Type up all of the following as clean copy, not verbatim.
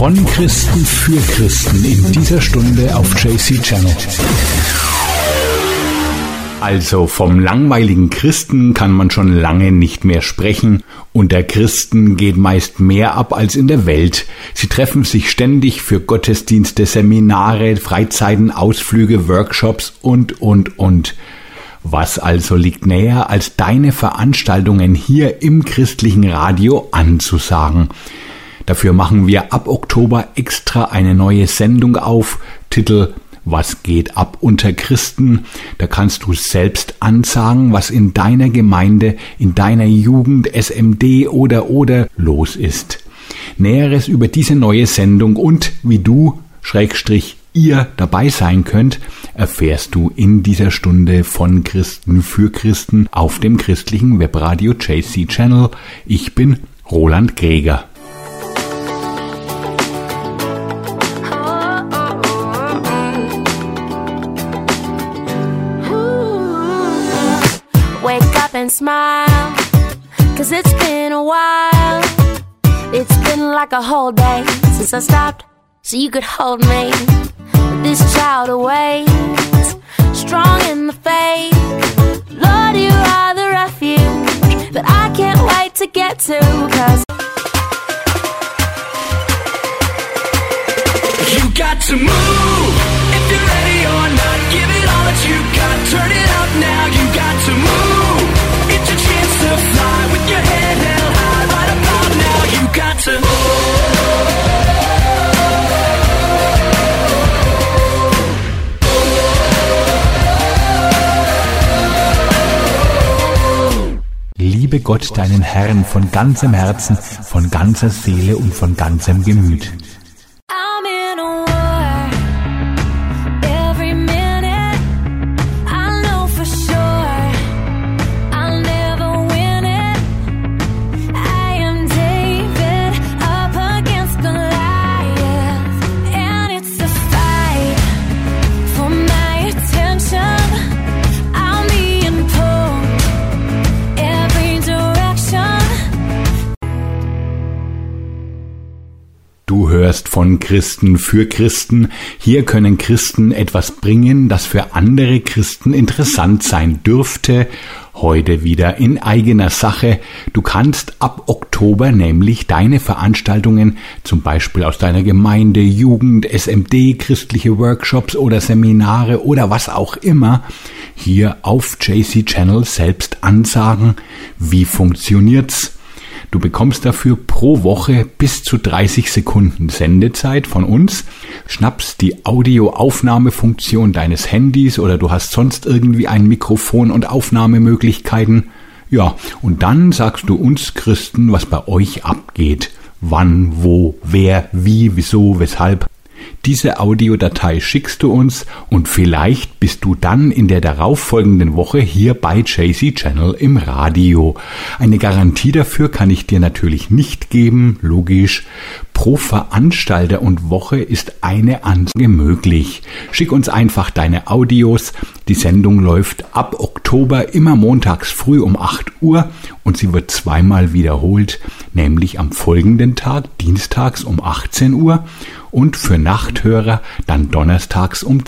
Von Christen für Christen in dieser Stunde auf JC Channel. Also vom langweiligen Christen kann man schon lange nicht mehr sprechen. Unter Christen geht meist mehr ab als in der Welt. Sie treffen sich ständig für Gottesdienste, Seminare, Freizeiten, Ausflüge, Workshops und. Was also liegt näher, als deine Veranstaltungen hier im christlichen Radio anzusagen? Dafür machen wir ab Oktober extra eine neue Sendung auf, Titel Was geht ab unter Christen? Da kannst du selbst ansagen, was in deiner Gemeinde, in deiner Jugend, SMD oder los ist. Näheres über diese neue Sendung und wie du, ihr dabei sein könnt, erfährst du in dieser Stunde von Christen für Christen auf dem christlichen Webradio JC Channel. Ich bin Roland Greger. And smile, 'cause it's been a while. It's been like a whole day since I stopped so you could hold me. This child awaits, strong in the faith. Lord, you are the refuge that I can't wait to get to, 'cause you got to move if you're ready or not. Give it all that you got, turn it up now. You got to move. It's your chance to fly with your head held high right about now. You got to Liebe Gott deinen Herrn von ganzem Herzen, von ganzer Seele und von ganzem Gemüt. Du hörst von Christen für Christen. Hier können Christen etwas bringen, das für andere Christen interessant sein dürfte. Heute wieder in eigener Sache. Du kannst ab Oktober nämlich deine Veranstaltungen, zum Beispiel aus deiner Gemeinde, Jugend, SMD, christliche Workshops oder Seminare oder was auch immer, hier auf JC Channel selbst ansagen. Wie funktioniert's? Du bekommst dafür pro Woche bis zu 30 Sekunden Sendezeit von uns, schnappst die Audioaufnahmefunktion deines Handys oder du hast sonst irgendwie ein Mikrofon und Aufnahmemöglichkeiten. Ja, und dann sagst du uns Christen, was bei euch abgeht. Wann, wo, wer, wie, wieso, weshalb. Diese Audiodatei schickst du uns und vielleicht bist du dann in der darauffolgenden Woche hier bei JC Channel im Radio. Eine Garantie dafür kann ich dir natürlich nicht geben, logisch. Pro Veranstalter und Woche ist eine Ansage möglich. Schick uns einfach deine Audios. Die Sendung läuft ab Oktober immer montags früh um 8 Uhr und sie wird zweimal wiederholt, nämlich am folgenden Tag, dienstags um 18 Uhr und für Nachthörer dann donnerstags um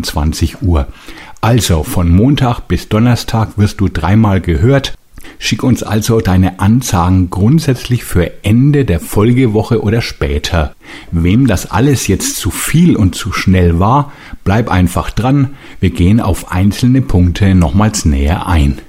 22 Uhr. Also von Montag bis Donnerstag wirst du dreimal gehört. Schick uns also deine Ansagen grundsätzlich für Ende der Folgewoche oder später. Wem das alles jetzt zu viel und zu schnell war, bleib einfach dran. Wir gehen auf einzelne Punkte nochmals näher ein.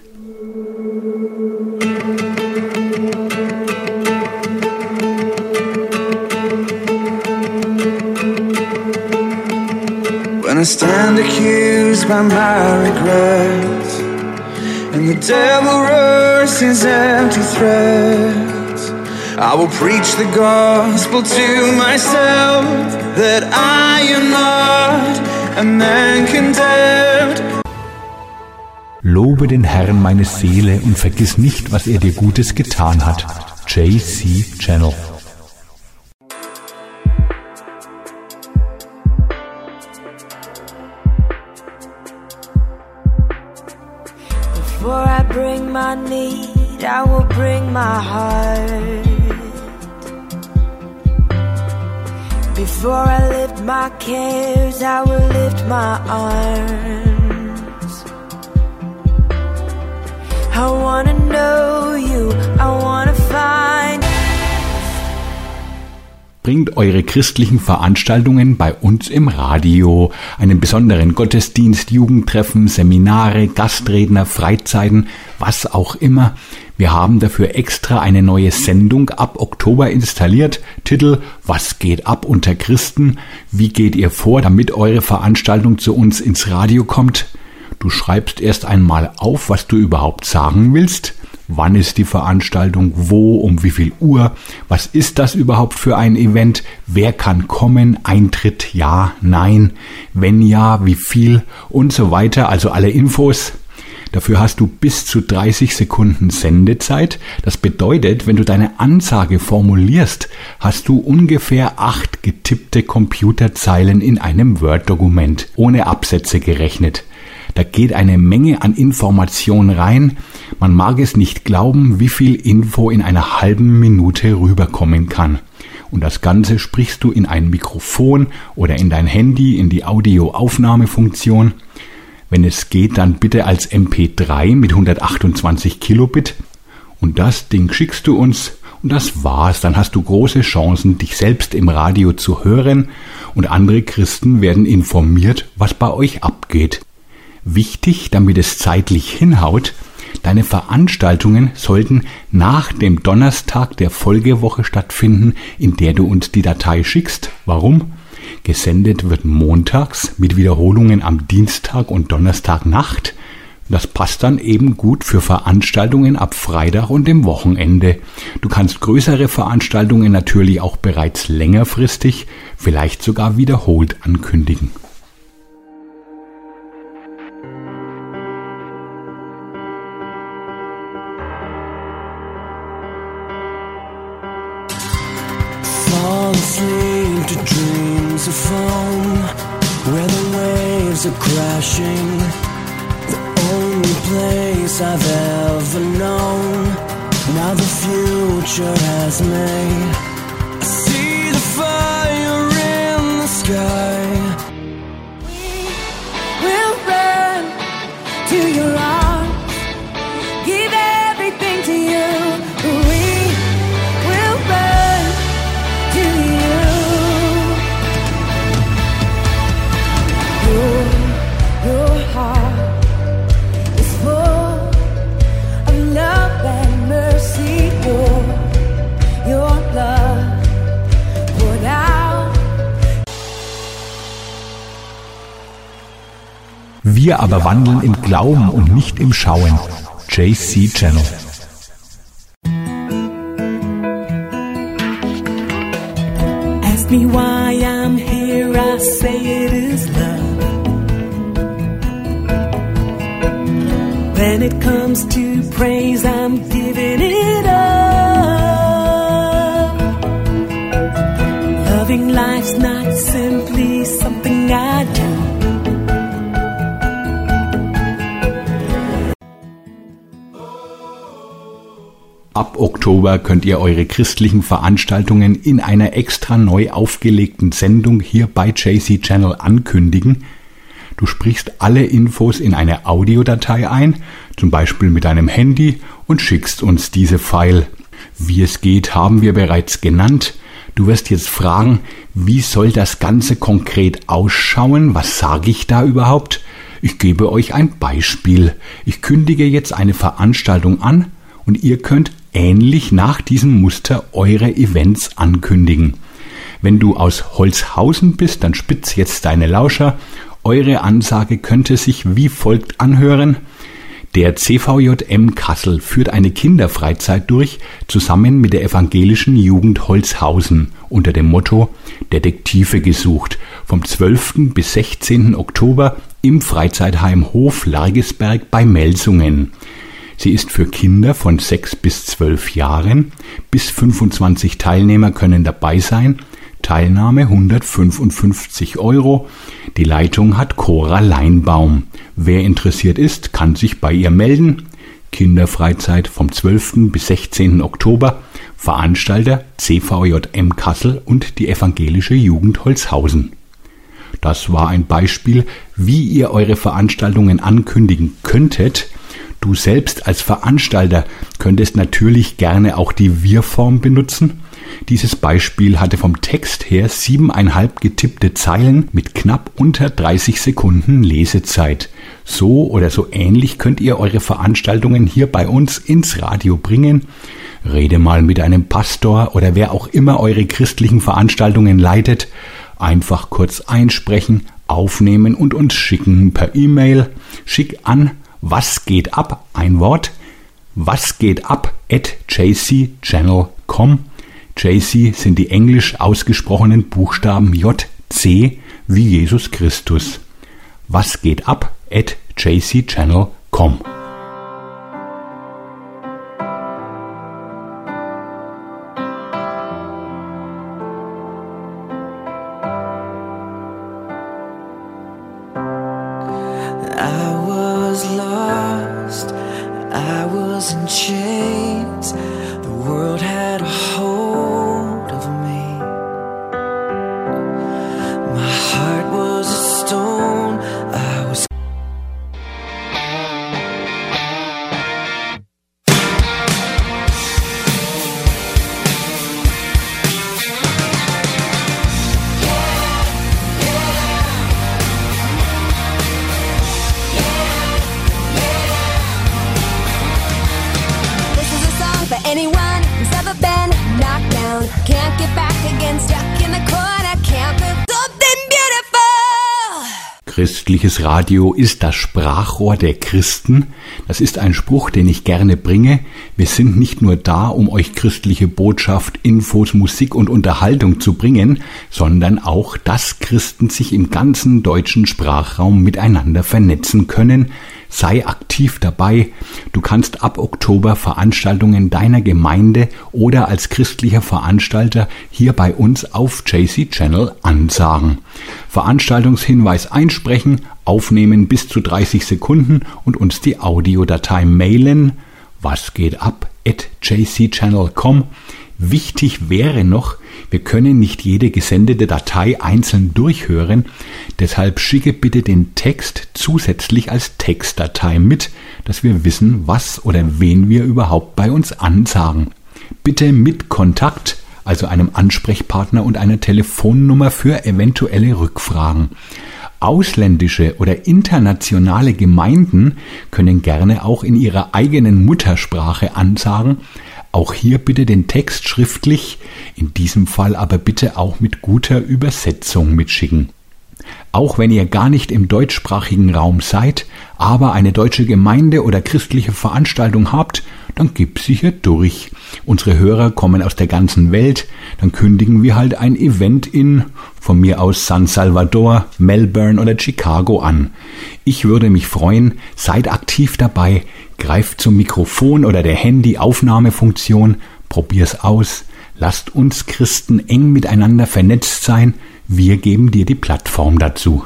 When I stand accused by my regrets and the devil roars his empty threats, I will preach the gospel to myself that I am not a man condemned. Lobe den Herrn meine Seele und vergiss nicht, was er dir Gutes getan hat. JC Channel. Before I bring my need, I will bring my heart. Before I lift my cares, I will lift my arms. I wanna know you, I wanna find. Bringt eure christlichen Veranstaltungen bei uns im Radio, einen besonderen Gottesdienst, Jugendtreffen, Seminare, Gastredner, Freizeiten, was auch immer. Wir haben dafür extra eine neue Sendung ab Oktober installiert. Titel: Was geht ab unter Christen? Wie geht ihr vor, damit eure Veranstaltung zu uns ins Radio kommt? Du schreibst erst einmal auf, was du überhaupt sagen willst. Wann ist die Veranstaltung? Wo? Um wie viel Uhr? Was ist das überhaupt für ein Event? Wer kann kommen? Eintritt? Ja? Nein? Wenn ja, wie viel? Und so weiter. Also alle Infos. Dafür hast du bis zu 30 Sekunden Sendezeit. Das bedeutet, wenn du deine Ansage formulierst, hast du ungefähr 8 getippte Computerzeilen in einem Word-Dokument, ohne Absätze gerechnet. Da geht eine Menge an Information rein. Man mag es nicht glauben, wie viel Info in einer halben Minute rüberkommen kann. Und das Ganze sprichst du in ein Mikrofon oder in dein Handy, in die Audioaufnahmefunktion. Wenn es geht, dann bitte als MP3 mit 128 Kilobit. Und das Ding schickst du uns und das war's. Dann hast du große Chancen, dich selbst im Radio zu hören und andere Christen werden informiert, was bei euch abgeht. Wichtig, damit es zeitlich hinhaut: Deine Veranstaltungen sollten nach dem Donnerstag der Folgewoche stattfinden, in der du uns die Datei schickst. Warum? Gesendet wird montags mit Wiederholungen am Dienstag und Donnerstagnacht. Das passt dann eben gut für Veranstaltungen ab Freitag und dem Wochenende. Du kannst größere Veranstaltungen natürlich auch bereits längerfristig, vielleicht sogar wiederholt ankündigen. Fall asleep to dreams of foam, where the waves are crashing. The only place I've ever known. Now the future has made. I see the fire in the sky. We'll run to your arms, give everything to you. We will run to you. Your heart is full of love and mercy. Your blood poured out. Wir aber wandeln im Glauben und nicht im Schauen. JC Channel. Ask me why I'm here, I say it is love. When it comes to praise, I'm giving it up. Loving life's not simply something I do. Ab Oktober könnt ihr eure christlichen Veranstaltungen in einer extra neu aufgelegten Sendung hier bei JC Channel ankündigen. Du sprichst alle Infos in eine Audiodatei ein, zum Beispiel mit deinem Handy, und schickst uns diese File. Wie es geht, haben wir bereits genannt. Du wirst jetzt fragen, wie soll das Ganze konkret ausschauen? Was sage ich da überhaupt? Ich gebe euch ein Beispiel. Ich kündige jetzt eine Veranstaltung an und ihr könnt ähnlich nach diesem Muster eure Events ankündigen. Wenn du aus Holzhausen bist, dann spitz jetzt deine Lauscher. Eure Ansage könnte sich wie folgt anhören: Der CVJM Kassel führt eine Kinderfreizeit durch, zusammen mit der evangelischen Jugend Holzhausen, unter dem Motto Detektive gesucht, vom 12. bis 16. Oktober im Freizeitheim Hof Largisberg bei Melsungen. Sie ist für Kinder von 6 bis 12 Jahren. Bis 25 Teilnehmer können dabei sein. Teilnahme 155 €. Die Leitung hat Cora Leinbaum. Wer interessiert ist, kann sich bei ihr melden. Kinderfreizeit vom 12. bis 16. Oktober. Veranstalter CVJM Kassel und die Evangelische Jugend Holzhausen. Das war ein Beispiel, wie ihr eure Veranstaltungen ankündigen könntet. Du selbst als Veranstalter könntest natürlich gerne auch die Wir-Form benutzen. Dieses Beispiel hatte vom Text her 7,5 getippte Zeilen mit knapp unter 30 Sekunden Lesezeit. So oder so ähnlich könnt ihr eure Veranstaltungen hier bei uns ins Radio bringen. Rede mal mit einem Pastor oder wer auch immer eure christlichen Veranstaltungen leitet. Einfach kurz einsprechen, aufnehmen und uns schicken per E-Mail. Schick an was geht ab, ein Wort, was geht ab @jcchannel.com. JC sind die englisch ausgesprochenen Buchstaben JC wie Jesus Christus. Was geht ab @jcchannel.com. Christliches Radio ist das Sprachrohr der Christen. Das ist ein Spruch, den ich gerne bringe. Wir sind nicht nur da, um euch christliche Botschaft, Infos, Musik und Unterhaltung zu bringen, sondern auch, dass Christen sich im ganzen deutschen Sprachraum miteinander vernetzen können. Sei aktiv dabei. Du kannst ab Oktober Veranstaltungen deiner Gemeinde oder als christlicher Veranstalter hier bei uns auf JC Channel ansagen. Veranstaltungshinweis einsprechen, aufnehmen bis zu 30 Sekunden und uns die Audiodatei mailen. Was geht ab @jcchannel.com. Wichtig wäre noch, wir können nicht jede gesendete Datei einzeln durchhören, deshalb schicke bitte den Text zusätzlich als Textdatei mit, dass wir wissen, was oder wen wir überhaupt bei uns ansagen. Bitte mit Kontakt, also einem Ansprechpartner und einer Telefonnummer für eventuelle Rückfragen. Ausländische oder internationale Gemeinden können gerne auch in ihrer eigenen Muttersprache ansagen. Auch hier bitte den Text schriftlich, in diesem Fall aber bitte auch mit guter Übersetzung mitschicken. Auch wenn ihr gar nicht im deutschsprachigen Raum seid, aber eine deutsche Gemeinde oder christliche Veranstaltung habt, dann gebt sie hier durch. Unsere Hörer kommen aus der ganzen Welt, dann kündigen wir halt ein Event in, von mir aus San Salvador, Melbourne oder Chicago an. Ich würde mich freuen, seid aktiv dabei, greift zum Mikrofon oder der Handy-Aufnahmefunktion, probier's aus, lasst uns Christen eng miteinander vernetzt sein, wir geben dir die Plattform dazu.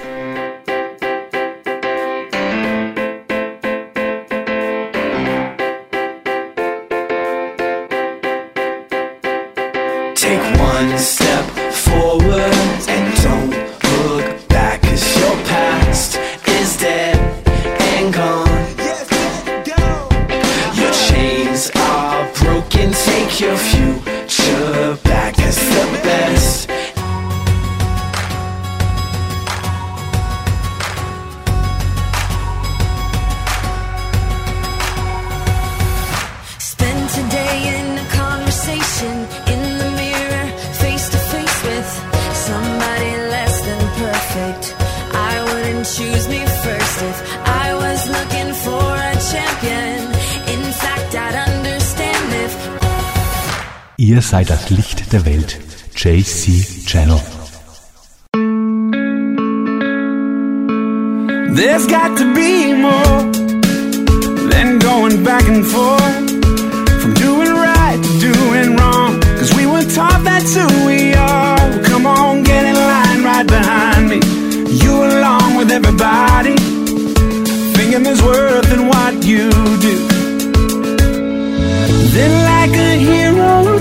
Take one step forward and don't look back, 'cause your past is dead and gone. Your chains are broken, take your future back as the best. Spend today in a conversation in the mirror, face to face with somebody less than perfect. I wouldn't choose me first if I was looking for a champion. In fact, I'd understand if Ihr seid das Licht der Welt. JC Channel. There's got to be more than going back and forth, from doing right to doing wrong, 'cause we were taught that's who we are. Well, come on, get in line right behind me, you along with everybody, thinking there's worth in what you do. Then like a hero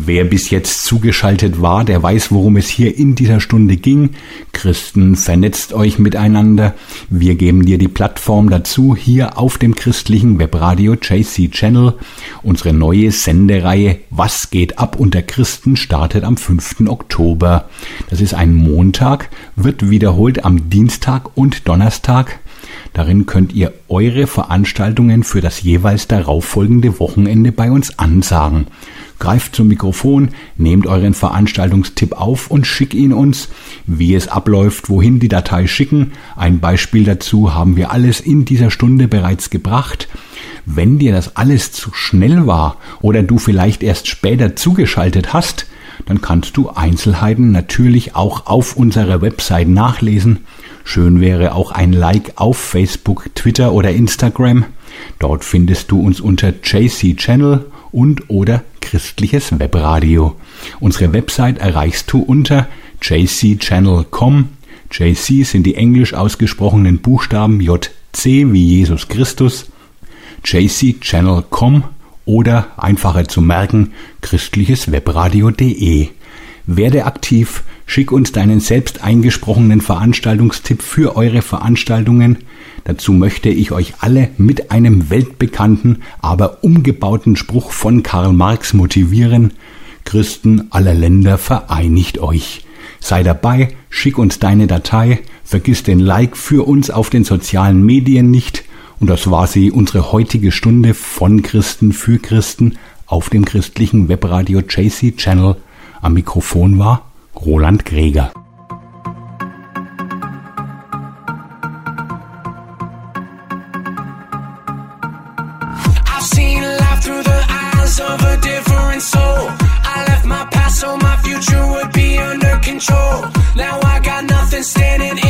Wer bis jetzt zugeschaltet war, der weiß, worum es hier in dieser Stunde ging. Christen, vernetzt euch miteinander. Wir geben dir die Plattform dazu hier auf dem christlichen Webradio JC Channel. Unsere neue Sendereihe Was geht ab unter Christen startet am 5. Oktober. Das ist ein Montag, wird wiederholt am Dienstag und Donnerstag. Darin könnt ihr eure Veranstaltungen für das jeweils darauffolgende Wochenende bei uns ansagen. Greift zum Mikrofon, nehmt euren Veranstaltungstipp auf und schickt ihn uns. Wie es abläuft, wohin die Datei schicken. Ein Beispiel dazu haben wir alles in dieser Stunde bereits gebracht. Wenn dir das alles zu schnell war oder du vielleicht erst später zugeschaltet hast, dann kannst du Einzelheiten natürlich auch auf unserer Website nachlesen. Schön wäre auch ein Like auf Facebook, Twitter oder Instagram. Dort findest du uns unter JC Channel und oder Christliches Webradio. Unsere Website erreichst du unter jcchannel.com. JC sind die englisch ausgesprochenen Buchstaben JC wie Jesus Christus. jcchannel.com oder einfacher zu merken, christlicheswebradio.de. Werde aktiv, schick uns deinen selbst eingesprochenen Veranstaltungstipp für eure Veranstaltungen. Dazu möchte ich euch alle mit einem weltbekannten, aber umgebauten Spruch von Karl Marx motivieren. Christen aller Länder, vereinigt euch. Sei dabei, schick uns deine Datei, vergiss den Like für uns auf den sozialen Medien nicht. Und das war sie, unsere heutige Stunde von Christen für Christen auf dem christlichen Webradio JC Channel. Am Mikrofon war Roland Greger. I've seen life through the eyes of a different soul. I left my past so my future would be under control. Now I got nothing standing in